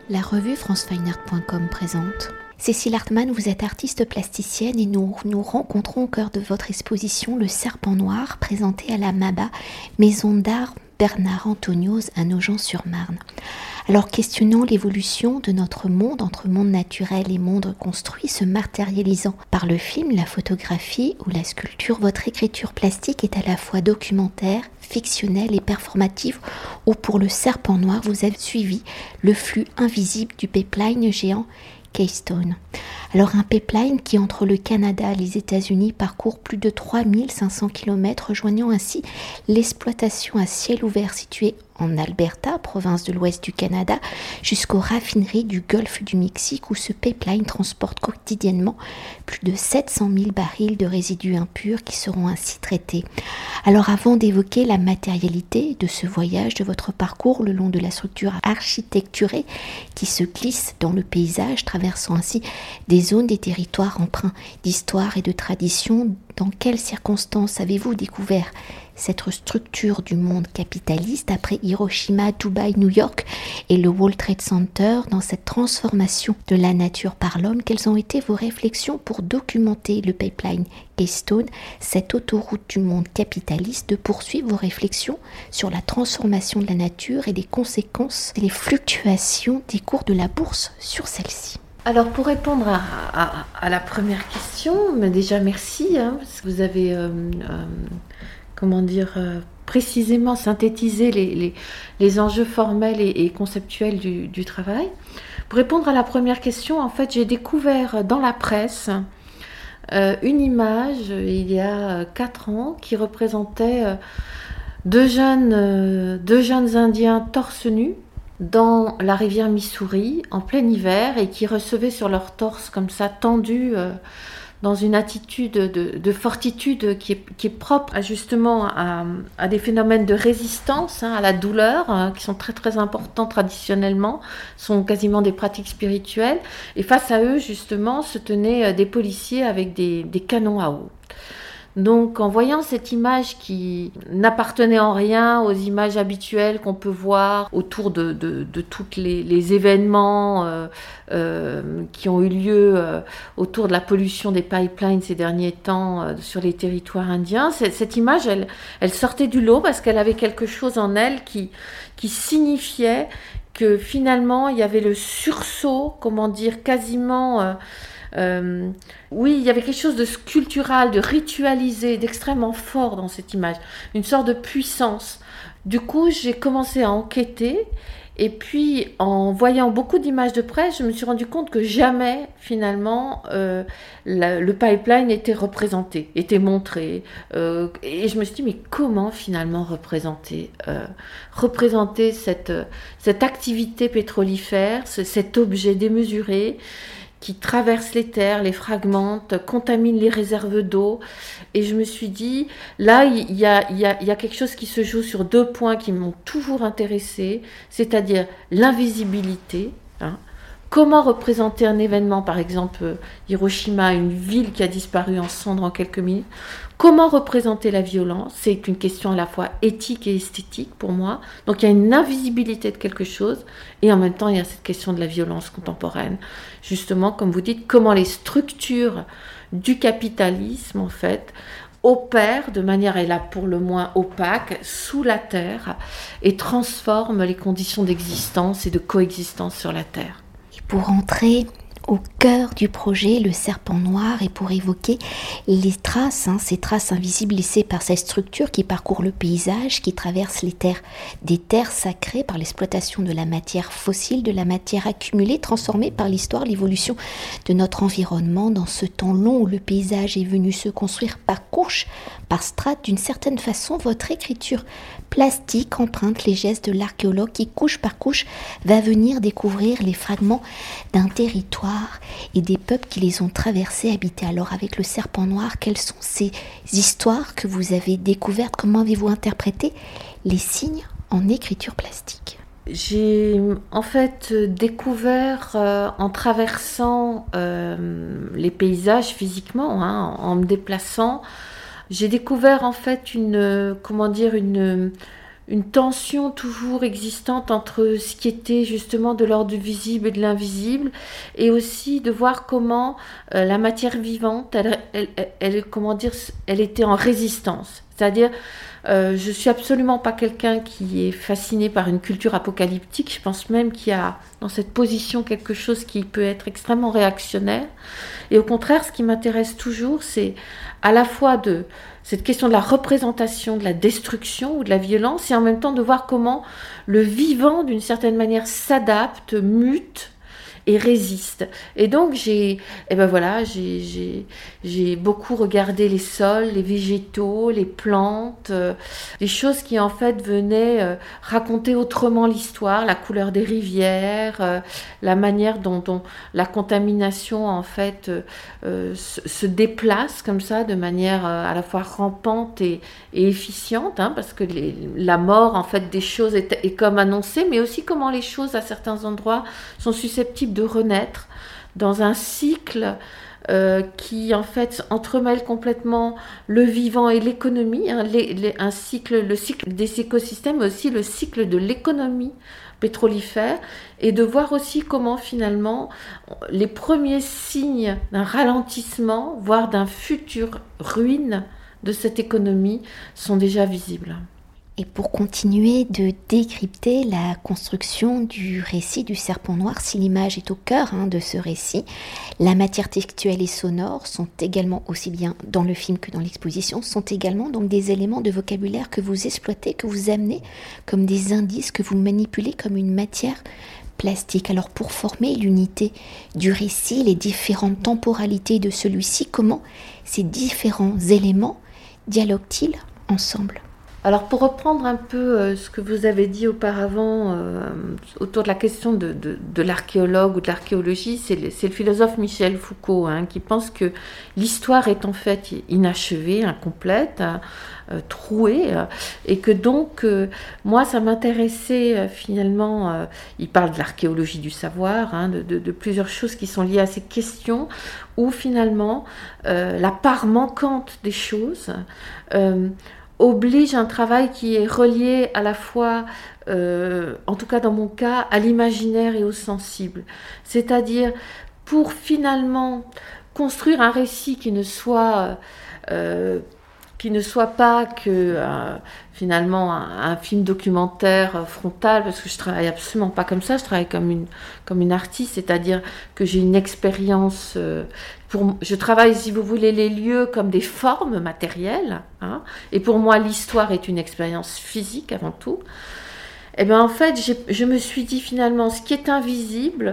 La revue francefineart.com présente. Cécile Hartmann, vous êtes artiste plasticienne et nous nous rencontrons au cœur de votre exposition Le Serpent Noir, présenté à la MABA, Maison d'art Bernard Antonios à Nogent-sur-Marne. Alors, questionnant l'évolution de notre monde entre monde naturel et monde construit, se matérialisant par le film, la photographie ou la sculpture, votre écriture plastique est à la fois documentaire, fictionnelle et performative, où pour le Serpent Noir, vous avez suivi le flux invisible du pipeline géant Keystone. Alors un pipeline qui entre le Canada et les États-Unis parcourt plus de 3500 km, rejoignant ainsi l'exploitation à ciel ouvert située en Alberta, province de l'ouest du Canada, jusqu'aux raffineries du golfe du Mexique où ce pipeline transporte quotidiennement plus de 700 000 barils de résidus impurs qui seront ainsi traités. Alors avant d'évoquer la matérialité de ce voyage, de votre parcours le long de la structure architecturée qui se glisse dans le paysage, traversant ainsi des zones, des territoires empreints d'histoire et de tradition, dans quelles circonstances avez-vous découvert cette structure du monde capitaliste après Hiroshima, Dubaï, New York et le World Trade Center, dans cette transformation de la nature par l'homme? Quelles ont été vos réflexions pour documenter le pipeline Keystone, cette autoroute du monde capitaliste, de poursuivre vos réflexions sur la transformation de la nature et les conséquences et les fluctuations des cours de la bourse sur celle-ci? Alors pour répondre à la première question, mais déjà merci, parce que vous avez précisément synthétisé les enjeux formels et conceptuels du travail. Pour répondre à la première question, en fait, j'ai découvert dans la presse une image il y a 4 ans qui représentait deux jeunes Indiens torse nu dans la rivière Missouri en plein hiver et qui recevaient sur leur torse comme ça tendu dans une attitude de fortitude qui est propre à des phénomènes de résistance, à la douleur, qui sont très très importants traditionnellement, sont quasiment des pratiques spirituelles. Et face à eux, justement, se tenaient des policiers avec des canons à eau. Donc, en voyant cette image qui n'appartenait en rien aux images habituelles qu'on peut voir autour de tous les événements qui ont eu lieu autour de la pollution des pipelines ces derniers temps sur les territoires indiens, cette image, elle sortait du lot parce qu'elle avait quelque chose en elle qui signifiait que finalement, il y avait le sursaut, quasiment... oui, il y avait quelque chose de sculptural, de ritualisé, d'extrêmement fort dans cette image, une sorte de puissance. Du coup, j'ai commencé à enquêter et puis en voyant beaucoup d'images de presse, je me suis rendu compte que jamais finalement le pipeline était représenté, était montré. Et je me suis dit, mais comment finalement représenter cette activité pétrolifère, cet objet démesuré qui traverse les terres, les fragmente, contamine les réserves d'eau. Et je me suis dit, là, il y a quelque chose qui se joue sur 2 points qui m'ont toujours intéressée, c'est-à-dire l'invisibilité. Comment représenter un événement, par exemple Hiroshima, une ville qui a disparu en cendres en quelques minutes? Comment représenter la violence? C'est une question à la fois éthique et esthétique pour moi. Donc il y a une invisibilité de quelque chose et en même temps il y a cette question de la violence contemporaine. Justement, comme vous dites, comment les structures du capitalisme en fait opèrent de manière, et là pour le moins opaque, sous la terre et transforment les conditions d'existence et de coexistence sur la terre. Pour entrer au cœur du projet, le Serpent Noir, et pour évoquer les traces, ces traces invisibles laissées par cette structure qui parcourt le paysage, qui traverse des terres sacrées par l'exploitation de la matière fossile, de la matière accumulée, transformée par l'histoire, l'évolution de notre environnement dans ce temps long où le paysage est venu se construire par couches, par strates. D'une certaine façon, votre écriture plastique emprunte les gestes de l'archéologue qui, couche par couche, va venir découvrir les fragments d'un territoire et des peuples qui les ont traversés, habités. Alors avec le Serpent Noir, quelles sont ces histoires que vous avez découvertes? Comment avez-vous interprété les signes en écriture plastique? J'ai en fait découvert en traversant les paysages physiquement, en me déplaçant, j'ai découvert en fait une une tension toujours existante entre ce qui était justement de l'ordre du visible et de l'invisible, et aussi de voir comment la matière vivante, comment dire, elle était en résistance. C'est-à-dire, je suis absolument pas quelqu'un qui est fasciné par une culture apocalyptique. Je pense même qu'il y a dans cette position quelque chose qui peut être extrêmement réactionnaire. Et au contraire, ce qui m'intéresse toujours, c'est à la fois de cette question de la représentation de la destruction ou de la violence, et en même temps de voir comment le vivant, d'une certaine manière, s'adapte, mute et résiste. Et donc j'ai beaucoup regardé les sols, les végétaux, les plantes, des choses qui en fait venaient raconter autrement l'histoire, la couleur des rivières, la manière dont la contamination en fait se déplace comme ça de manière à la fois rampante et efficiente, hein, parce que la mort en fait des choses est comme annoncée, mais aussi comment les choses à certains endroits sont susceptibles de renaître dans un cycle qui en fait entremêle complètement le vivant et l'économie, hein, le cycle des écosystèmes, mais aussi le cycle de l'économie pétrolifère, et de voir aussi comment finalement les premiers signes d'un ralentissement, voire d'un futur ruine de cette économie sont déjà visibles. Et pour continuer de décrypter la construction du récit du Serpent Noir, si l'image est au cœur de ce récit, la matière textuelle et sonore sont également, aussi bien dans le film que dans l'exposition, sont également donc des éléments de vocabulaire que vous exploitez, que vous amenez comme des indices, que vous manipulez comme une matière plastique. Alors pour former l'unité du récit, les différentes temporalités de celui-ci, comment ces différents éléments dialoguent-ils ensemble ? Alors pour reprendre un peu ce que vous avez dit auparavant autour de la question de l'archéologue ou de l'archéologie, c'est le philosophe Michel Foucault qui pense que l'histoire est en fait inachevée, incomplète, trouée, et que donc moi ça m'intéressait finalement, il parle de l'archéologie du savoir, de plusieurs choses qui sont liées à ces questions, où finalement la part manquante des choses oblige un travail qui est relié à la fois, en tout cas dans mon cas, à l'imaginaire et au sensible. C'est-à-dire, pour finalement construire un récit qui ne soit pas que finalement un film documentaire frontal, parce que je travaille absolument pas comme ça, je travaille comme une artiste, c'est-à-dire que j'ai une expérience, je travaille, si vous voulez, les lieux comme des formes matérielles, et pour moi l'histoire est une expérience physique avant tout. Et bien en fait je me suis dit finalement ce qui est invisible,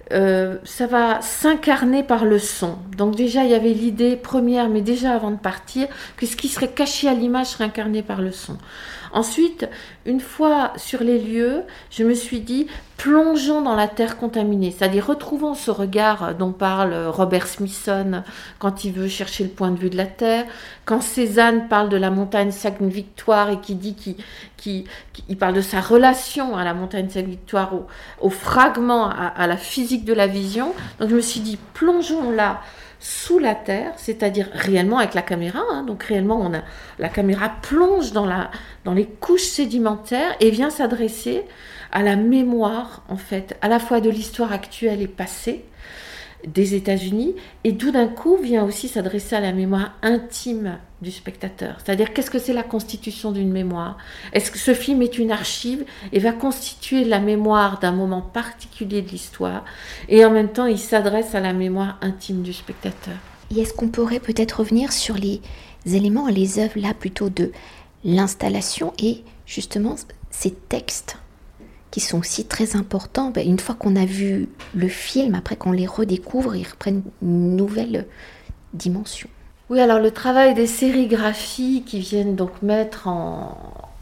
ça va s'incarner par le son. Donc déjà, il y avait l'idée première, mais déjà avant de partir, que ce qui serait caché à l'image serait incarné par le son. Ensuite, une fois sur les lieux, je me suis dit, plongeons dans la terre contaminée, c'est-à-dire retrouvons ce regard dont parle Robert Smithson quand il veut chercher le point de vue de la terre, quand Cézanne parle de la montagne Sainte-Victoire et qui dit qu'il parle de sa relation à la montagne Sainte-Victoire, au fragment, à la physique de la vision. Donc je me suis dit, plongeons là, sous la terre, c'est-à-dire réellement avec la caméra, donc réellement la caméra plonge dans les couches sédimentaires et vient s'adresser à la mémoire en fait, à la fois de l'histoire actuelle et passée des États-Unis, et tout d'un coup vient aussi s'adresser à la mémoire intime du spectateur. C'est-à-dire, qu'est-ce que c'est la constitution d'une mémoire ? Est-ce que ce film est une archive et va constituer la mémoire d'un moment particulier de l'histoire, et en même temps, il s'adresse à la mémoire intime du spectateur. Et est-ce qu'on pourrait peut-être revenir sur les éléments, les œuvres là plutôt de l'installation et justement ces textes qui sont aussi très importants, une fois qu'on a vu le film, après qu'on les redécouvre, ils reprennent une nouvelle dimension. Oui, alors le travail des sérigraphies qui viennent donc mettre en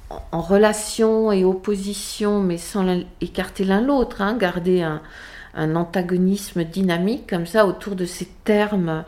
relation et opposition, mais sans écarter l'un l'autre, garder un antagonisme dynamique comme ça autour de ces termes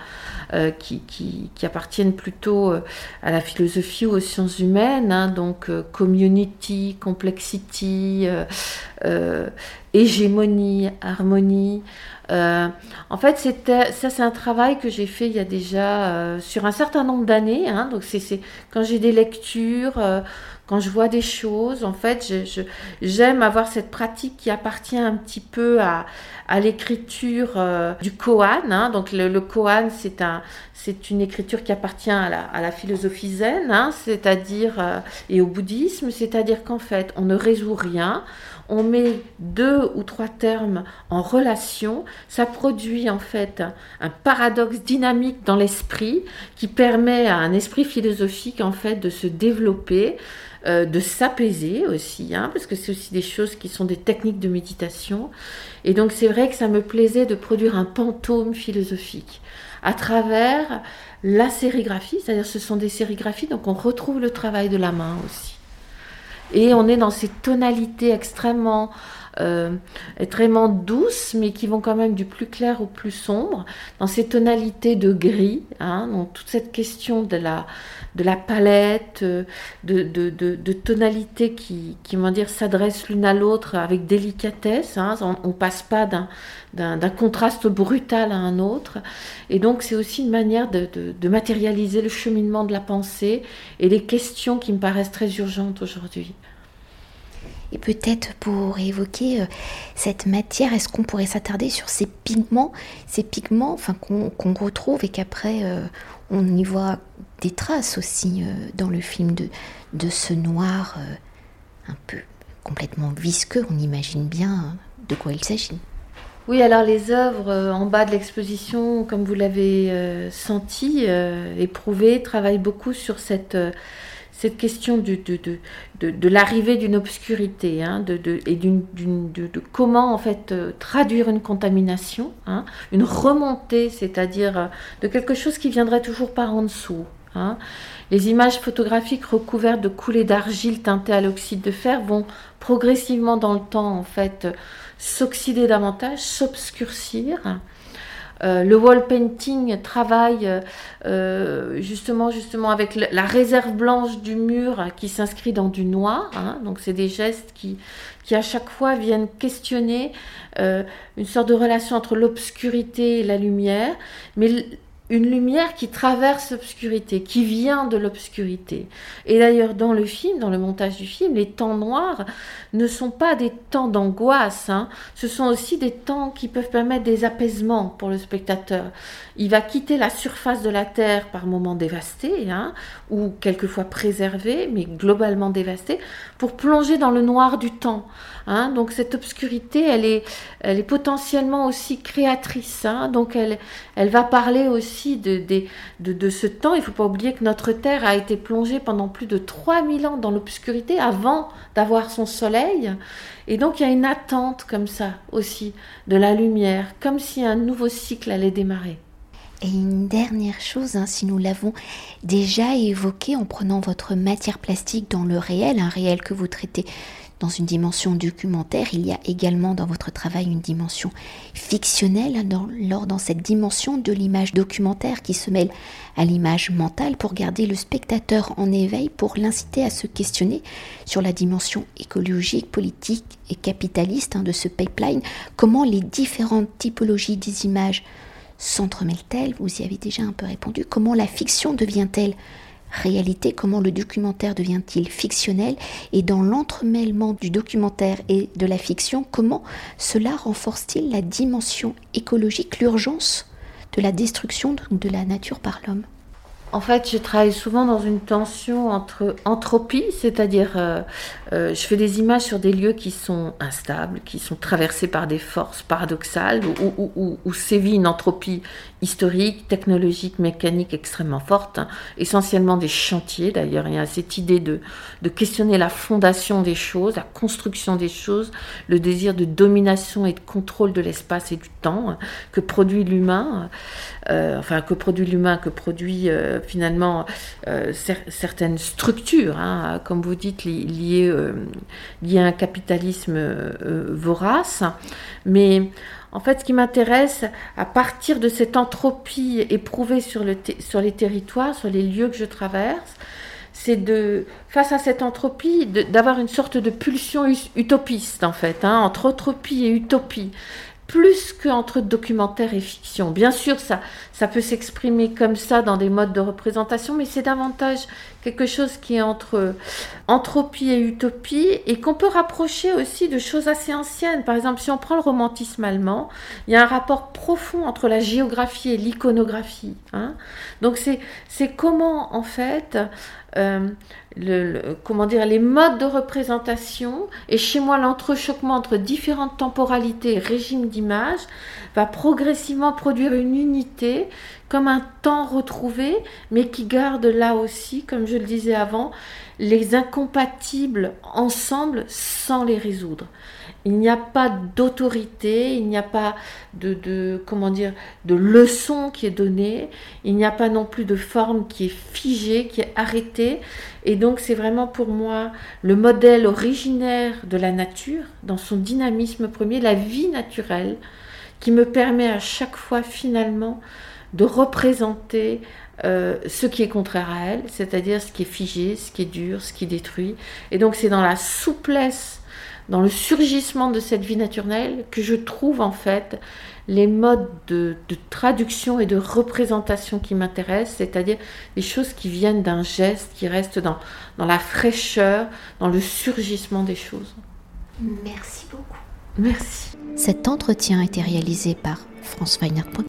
qui appartiennent plutôt à la philosophie ou aux sciences humaines, donc community, complexity, hégémonie, harmonie. En fait, c'est un travail que j'ai fait il y a déjà sur un certain nombre d'années. Hein, donc c'est quand j'ai des lectures, quand je vois des choses. En fait, j'aime avoir cette pratique qui appartient un petit peu à l'écriture du koan. Hein, donc le koan, c'est une écriture qui appartient à la philosophie zen, hein, c'est-à-dire et au bouddhisme, c'est-à-dire qu'en fait, on ne résout rien. On met 2 ou 3 termes en relation, ça produit en fait un paradoxe dynamique dans l'esprit qui permet à un esprit philosophique en fait de se développer, de s'apaiser aussi, hein, parce que c'est aussi des choses qui sont des techniques de méditation. Et donc c'est vrai que ça me plaisait de produire un pantôme philosophique à travers la sérigraphie, c'est-à-dire ce sont des sérigraphies, donc on retrouve le travail de la main aussi. Et on est dans ces tonalités extrêmement douces, mais qui vont quand même du plus clair au plus sombre, dans ces tonalités de gris, hein, donc toute cette question de la palette, de tonalités qui s'adressent l'une à l'autre avec délicatesse. Hein, on ne passe pas d'un contraste brutal à un autre. Et donc c'est aussi une manière de matérialiser le cheminement de la pensée et les questions qui me paraissent très urgentes aujourd'hui. Et peut-être pour évoquer cette matière, est-ce qu'on pourrait s'attarder sur ces pigments enfin, qu'on retrouve et qu'après on y voit des traces aussi dans le film de ce noir un peu complètement visqueux, on imagine bien de quoi il s'agit. Oui, alors les œuvres en bas de l'exposition, comme vous l'avez senti, éprouvé, travaillent beaucoup sur cette question de l'arrivée d'une obscurité, hein, et de comment en fait traduire une contamination, hein, une remontée, c'est-à-dire de quelque chose qui viendrait toujours par en dessous. Hein. Les images photographiques recouvertes de coulées d'argile teintées à l'oxyde de fer vont progressivement dans le temps en fait s'oxyder davantage, s'obscurcir. Le wall painting travaille justement avec la réserve blanche du mur qui s'inscrit dans du noir. Hein, donc c'est des gestes qui à chaque fois viennent questionner une sorte de relation entre l'obscurité et la lumière, mais une lumière qui traverse l'obscurité, qui vient de l'obscurité. Et d'ailleurs, dans le film, dans le montage du film, les temps noirs ne sont pas des temps d'angoisse, hein. Ce sont aussi des temps qui peuvent permettre des apaisements pour le spectateur. Il va quitter la surface de la Terre par moments dévastée, hein, ou quelquefois préservée, mais globalement dévastée, pour plonger dans le noir du temps. Hein. Donc cette obscurité, elle est potentiellement aussi créatrice. Hein. Donc elle va parler aussi de ce temps. Il ne faut pas oublier que notre Terre a été plongée pendant plus de 3000 ans dans l'obscurité avant d'avoir son soleil. Et donc il y a une attente comme ça aussi de la lumière, comme si un nouveau cycle allait démarrer. Et une dernière chose, hein, si nous l'avons déjà évoqué en prenant votre matière plastique dans le réel, un réel que vous traitez dans une dimension documentaire, il y a également dans votre travail une dimension fictionnelle, dans cette dimension de l'image documentaire qui se mêle à l'image mentale pour garder le spectateur en éveil, pour l'inciter à se questionner sur la dimension écologique, politique et capitaliste de ce pipeline, comment les différentes typologies des images s'entremêlent-elles, vous y avez déjà un peu répondu, comment la fiction devient-elle réalité, comment le documentaire devient-il fictionnel, et dans l'entremêlement du documentaire et de la fiction, comment cela renforce-t-il la dimension écologique, l'urgence de la destruction de la nature par l'homme? En fait, je travaille souvent dans une tension entre entropie, c'est-à-dire je fais des images sur des lieux qui sont instables, qui sont traversés par des forces paradoxales, où sévit une entropie historique, technologique, mécanique extrêmement forte, hein, essentiellement des chantiers. D'ailleurs, il y a cette idée de questionner la fondation des choses, la construction des choses, le désir de domination et de contrôle de l'espace et du temps, hein, que produit l'humain, que produit finalement certaines structures, hein, comme vous dites, liées à un capitalisme vorace. Mais en fait, ce qui m'intéresse, à partir de cette entropie éprouvée sur les territoires, sur les lieux que je traverse, face à cette entropie, d'avoir une sorte de pulsion utopiste, en fait, entre entropie et utopie. Plus qu'entre documentaire et fiction. Bien sûr, ça peut s'exprimer comme ça dans des modes de représentation, mais c'est davantage quelque chose qui est entre entropie et utopie et qu'on peut rapprocher aussi de choses assez anciennes. Par exemple, si on prend le romantisme allemand, il y a un rapport profond entre la géographie et l'iconographie. Donc c'est comment, en fait, comment dire, les modes de représentation et chez moi l'entrechoquement entre différentes temporalités et régimes d'image va progressivement produire une unité comme un temps retrouvé mais qui garde là aussi, comme je le disais avant, les incompatibles ensemble sans les résoudre. Il n'y a pas d'autorité, il n'y a pas de leçon qui est donnée, il n'y a pas non plus de forme qui est figée, qui est arrêtée. Et donc c'est vraiment pour moi le modèle originaire de la nature, dans son dynamisme premier, la vie naturelle, qui me permet à chaque fois finalement de représenter ce qui est contraire à elle, c'est-à-dire ce qui est figé, ce qui est dur, ce qui détruit. Et donc c'est dans la souplesse, dans le surgissement de cette vie naturelle que je trouve en fait les modes de traduction et de représentation qui m'intéressent, c'est-à-dire les choses qui viennent d'un geste, qui restent dans la fraîcheur, dans le surgissement des choses. Merci beaucoup. Merci. Cet entretien a été réalisé par franceweiner.com.